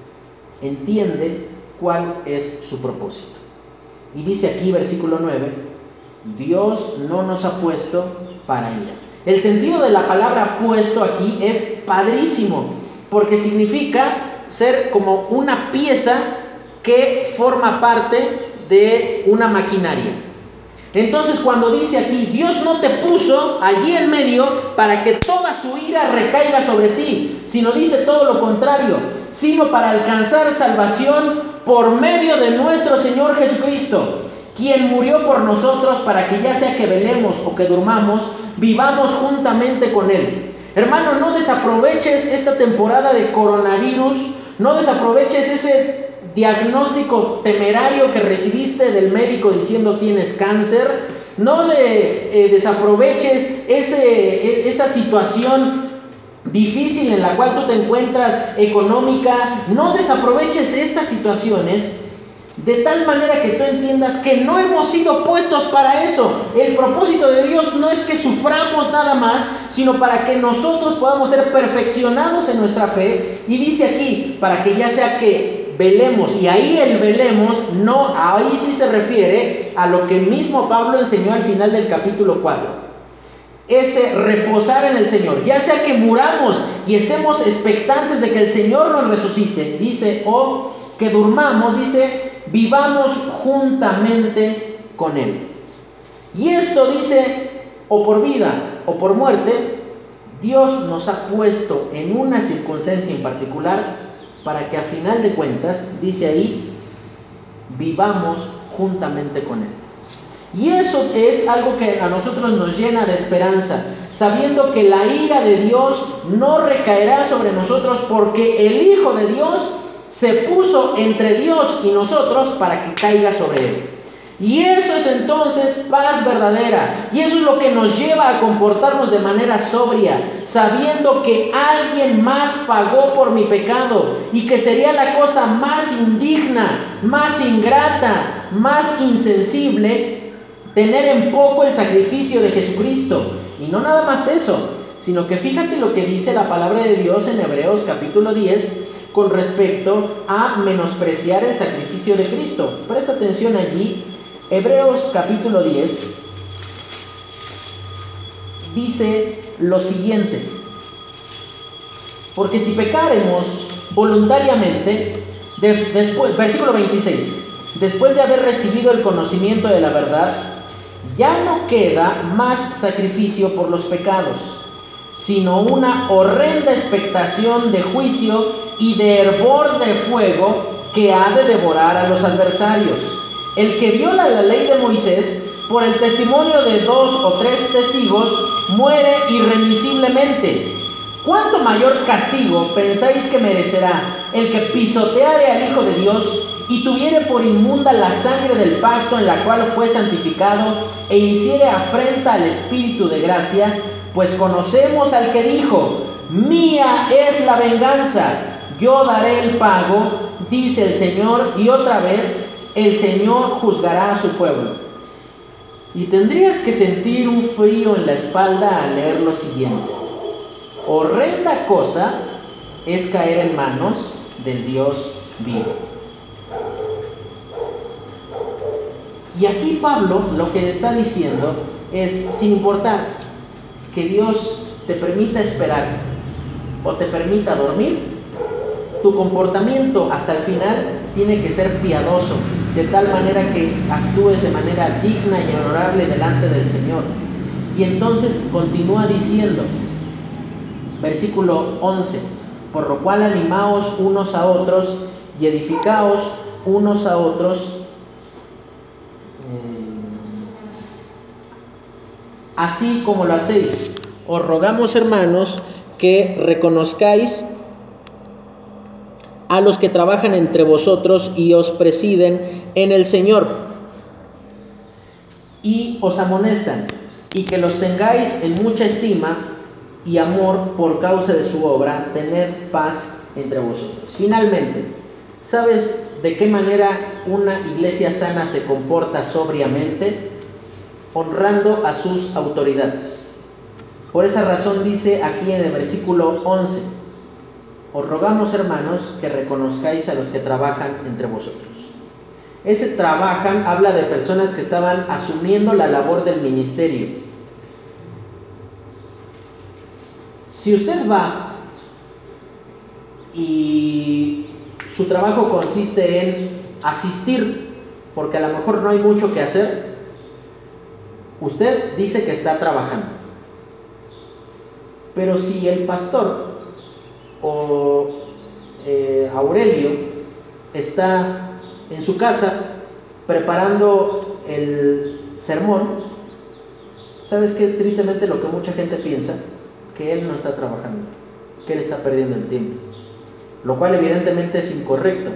Speaker 1: entiende cuál es su propósito. Y dice aquí, versículo nueve, Dios no nos ha puesto para ira. El sentido de la palabra puesto aquí es padrísimo, porque significa ser como una pieza que forma parte de una maquinaria. Entonces, cuando dice aquí, Dios no te puso allí en medio para que toda su ira recaiga sobre ti, sino dice todo lo contrario, sino para alcanzar salvación por medio de nuestro Señor Jesucristo, quien murió por nosotros para que ya sea que velemos o que durmamos, vivamos juntamente con Él. Hermano, no desaproveches esta temporada de coronavirus, no desaproveches ese diagnóstico temerario que recibiste del médico diciendo tienes cáncer, no de, eh, desaproveches ese, esa situación difícil en la cual tú te encuentras económica, no desaproveches estas situaciones de tal manera que tú entiendas que no hemos sido puestos para eso. El propósito de Dios no es que suframos nada más, sino para que nosotros podamos ser perfeccionados en nuestra fe. Y dice aquí, para que ya sea que velemos, y ahí el velemos, no, ahí sí se refiere a lo que mismo Pablo enseñó al final del capítulo cuatro. Ese reposar en el Señor, ya sea que muramos y estemos expectantes de que el Señor nos resucite, dice, o que durmamos, dice, vivamos juntamente con Él. Y esto dice, o por vida o por muerte, Dios nos ha puesto en una circunstancia en particular para que a final de cuentas, dice ahí, vivamos juntamente con Él. Y eso es algo que a nosotros nos llena de esperanza, sabiendo que la ira de Dios no recaerá sobre nosotros porque el Hijo de Dios se puso entre Dios y nosotros para que caiga sobre Él. Y eso es entonces paz verdadera. Y eso es lo que nos lleva a comportarnos de manera sobria, sabiendo que alguien más pagó por mi pecado y que sería la cosa más indigna, más ingrata, más insensible tener en poco el sacrificio de Jesucristo. Y no nada más eso, sino que fíjate lo que dice la palabra de Dios en Hebreos capítulo diez con respecto a menospreciar el sacrificio de Cristo. Presta atención allí. Hebreos capítulo diez dice lo siguiente: porque si pecaremos voluntariamente, de, después, versículo veintiséis, después de haber recibido el conocimiento de la verdad, ya no queda más sacrificio por los pecados, sino una horrenda expectación de juicio y de hervor de fuego que ha de devorar a los adversarios. El que viola la ley de Moisés, por el testimonio de dos o tres testigos, muere irremisiblemente. ¿Cuánto mayor castigo pensáis que merecerá el que pisoteare al Hijo de Dios y tuviere por inmunda la sangre del pacto en la cual fue santificado e hiciere afrenta al Espíritu de gracia? Pues conocemos al que dijo: mía es la venganza, yo daré el pago, dice el Señor. Y otra vez, el Señor juzgará a su pueblo. Y tendrías que sentir un frío en la espalda al leer lo siguiente: horrenda cosa es caer en manos del Dios vivo. Y aquí Pablo lo que está diciendo es, sin importar que Dios te permita esperar o te permita dormir, tu comportamiento hasta el final tiene que ser piadoso, de tal manera que actúes de manera digna y honorable delante del Señor. Y entonces continúa diciendo, versículo once, por lo cual animaos unos a otros y edificaos unos a otros, así como lo hacéis. Os rogamos, hermanos, que reconozcáis a los que trabajan entre vosotros y os presiden en el Señor y os amonestan, y que los tengáis en mucha estima y amor por causa de su obra. Tened paz entre vosotros. Finalmente, ¿sabes de qué manera una iglesia sana se comporta sobriamente? Honrando a sus autoridades. Por esa razón dice aquí en el versículo once, os rogamos, hermanos, que reconozcáis a los que trabajan entre vosotros. Ese trabajan habla de personas que estaban asumiendo la labor del ministerio. Si usted va y su trabajo consiste en asistir, porque a lo mejor no hay mucho que hacer, usted dice que está trabajando. Pero si el pastor o eh, Aurelio está en su casa preparando el sermón, ¿sabes qué es tristemente lo que mucha gente piensa? Que él no está trabajando, que él está perdiendo el tiempo, lo cual evidentemente es incorrecto.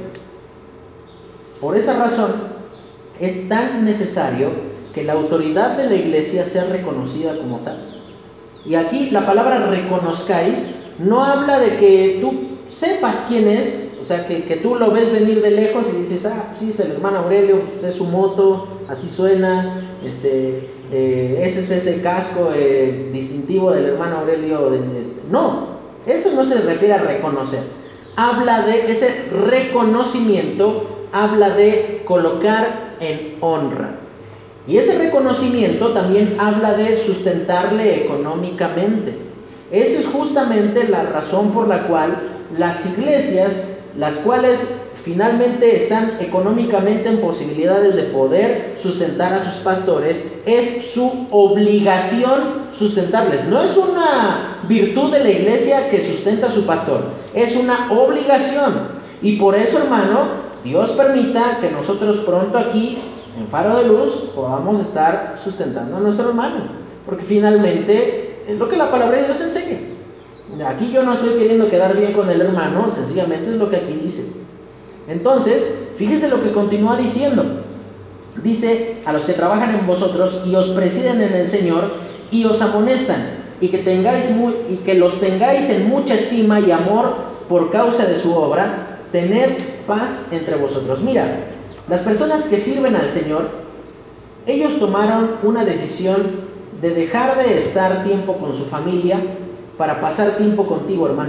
Speaker 1: Por esa razón es tan necesario que la autoridad de la iglesia sea reconocida como tal. Y aquí la palabra reconozcáis no habla de que tú sepas quién es, o sea, que, que tú lo ves venir de lejos y dices, ah, pues sí, es el hermano Aurelio, pues es su moto, así suena, este, eh, ese es ese casco eh, distintivo del hermano Aurelio. Este. No, eso no se refiere a reconocer. Habla de ese reconocimiento, habla de colocar en honra. Y ese reconocimiento también habla de sustentarle económicamente. Esa es justamente la razón por la cual las iglesias, las cuales finalmente están económicamente en posibilidades de poder sustentar a sus pastores, es su obligación sustentarles. No es una virtud de la iglesia que sustenta a su pastor, es una obligación. Y por eso, hermano, Dios permita que nosotros pronto aquí en Faro de Luz podamos estar sustentando a nuestro hermano, porque finalmente es lo que la palabra de Dios enseña. Aquí yo no estoy queriendo quedar bien con el hermano, sencillamente es lo que aquí dice. Entonces, fíjese lo que continúa diciendo. Dice, a los que trabajan en vosotros y os presiden en el Señor y os amonestan, y que tengáis muy, y que los tengáis en mucha estima y amor por causa de su obra, tened paz entre vosotros. Mira, las personas que sirven al Señor, ellos tomaron una decisión de dejar de estar tiempo con su familia para pasar tiempo contigo, hermano.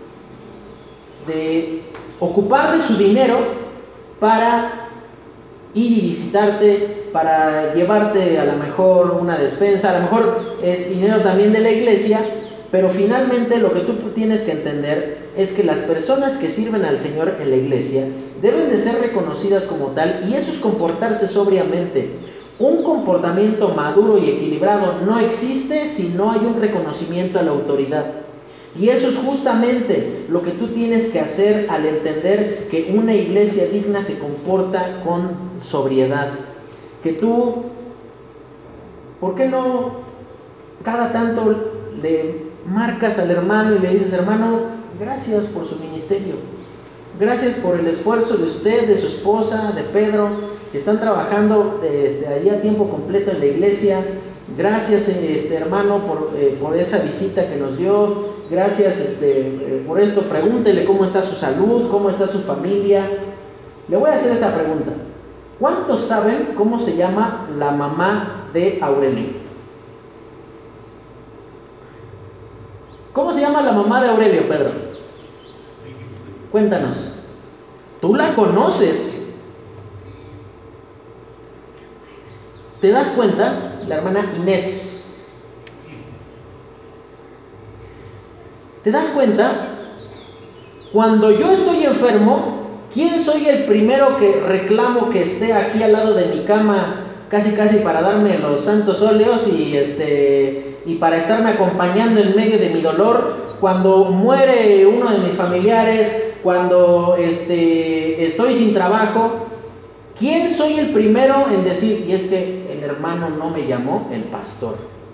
Speaker 1: De ocupar de su dinero para ir y visitarte, para llevarte a lo mejor una despensa, a lo mejor es dinero también de la iglesia, pero finalmente lo que tú tienes que entender es que las personas que sirven al Señor en la iglesia deben de ser reconocidas como tal, y eso es comportarse sobriamente. Un comportamiento maduro y equilibrado no existe si no hay un reconocimiento a la autoridad. Y eso es justamente lo que tú tienes que hacer al entender que una iglesia digna se comporta con sobriedad. Que tú, ¿por qué no cada tanto le marcas al hermano y le dices, hermano, gracias por su ministerio, gracias por el esfuerzo de usted, de su esposa, de Pedro, que están trabajando este, ahí a tiempo completo en la iglesia? Gracias, este, hermano, por, eh, por esa visita que nos dio. Gracias este, eh, por esto. Pregúntele cómo está su salud, cómo está su familia. Le voy a hacer esta pregunta. ¿Cuántos saben cómo se llama la mamá de Aurelio? ¿Cómo se llama la mamá de Aurelio, Pedro? Cuéntanos. Tú la conoces. ¿Te das cuenta? La hermana Inés. ¿Te das cuenta? Cuando yo estoy enfermo, ¿Quién soy el primero que reclamo que esté aquí al lado de mi cama, casi casi para darme los santos óleos y, este, y para estarme acompañando en medio de mi dolor? Cuando muere uno de mis familiares, cuando este, estoy sin trabajo, ¿quién soy el primero en decir, y es que el hermano no me llamó, el pastor?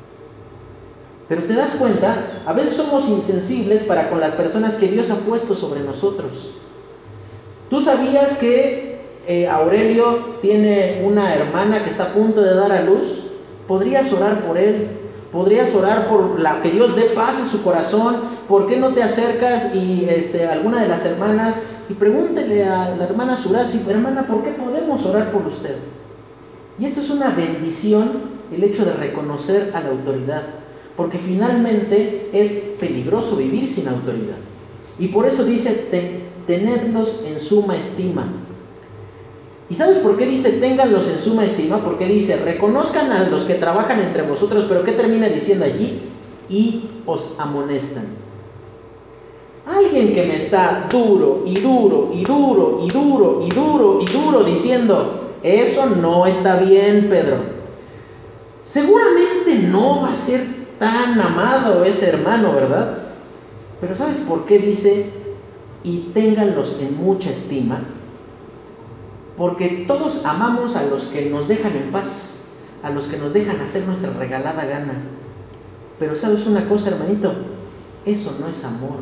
Speaker 1: Pero te das cuenta, a veces somos insensibles para con las personas que Dios ha puesto sobre nosotros. ¿Tú sabías que eh, Aurelio tiene una hermana que está a punto de dar a luz? ¿Podrías orar por él? ¿Podrías orar por la, que Dios dé paz a su corazón? ¿Por qué no te acercas y este, a alguna de las hermanas y pregúntele a la hermana Surasi, hermana, ¿por qué podemos orar por usted? Y esto es una bendición, el hecho de reconocer a la autoridad, porque finalmente es peligroso vivir sin autoridad. Y por eso dice, ten, tenedlos en suma estima. ¿Y sabes por qué dice ténganlos en suma estima? Porque dice, reconozcan a los que trabajan entre vosotros, pero ¿qué termina diciendo allí? Y os amonestan. Alguien que me está duro y duro y duro y duro y duro y duro diciendo, eso no está bien, Pedro. Seguramente no va a ser tan amado ese hermano, ¿verdad? Pero ¿sabes por qué dice y ténganlos en mucha estima? Porque todos amamos a los que nos dejan en paz, a los que nos dejan hacer nuestra regalada gana. Pero ¿sabes una cosa, hermanito? Eso no es amor.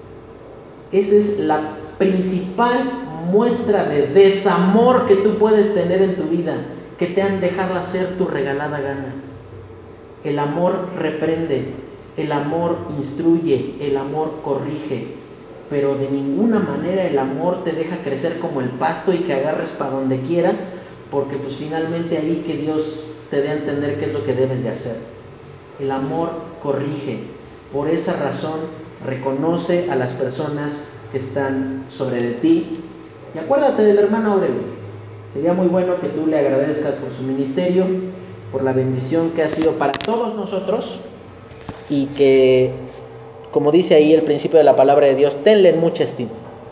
Speaker 1: Esa es la principal muestra de desamor que tú puedes tener en tu vida, que te han dejado hacer tu regalada gana. El amor reprende, el amor instruye, el amor corrige, pero de ninguna manera el amor te deja crecer como el pasto y que agarres para donde quiera, porque pues finalmente ahí que Dios te dé a entender qué es lo que debes de hacer. El amor corrige, por esa razón reconoce a las personas que están sobre de ti. Y acuérdate del hermano Aurelio, sería muy bueno que tú le agradezcas por su ministerio, por la bendición que ha sido para todos nosotros, y que, como dice ahí el principio de la palabra de Dios, tenle en mucha estima.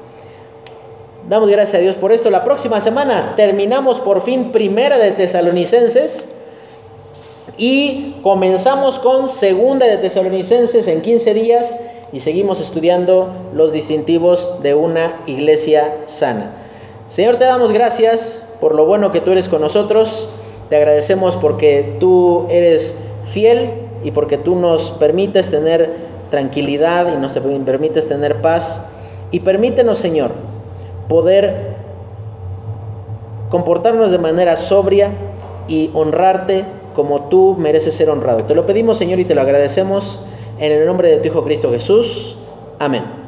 Speaker 1: Damos gracias a Dios por esto. La próxima semana terminamos por fin Primera de Tesalonicenses y comenzamos con Segunda de Tesalonicenses en quince días y seguimos estudiando los distintivos de una iglesia sana. Señor, te damos gracias por lo bueno que tú eres con nosotros. Te agradecemos porque tú eres fiel y porque tú nos permites tener tranquilidad y nos permites tener paz. Y permítenos, Señor, poder comportarnos de manera sobria y honrarte como tú mereces ser honrado. Te lo pedimos, Señor, y te lo agradecemos en el nombre de tu Hijo Cristo Jesús. Amén.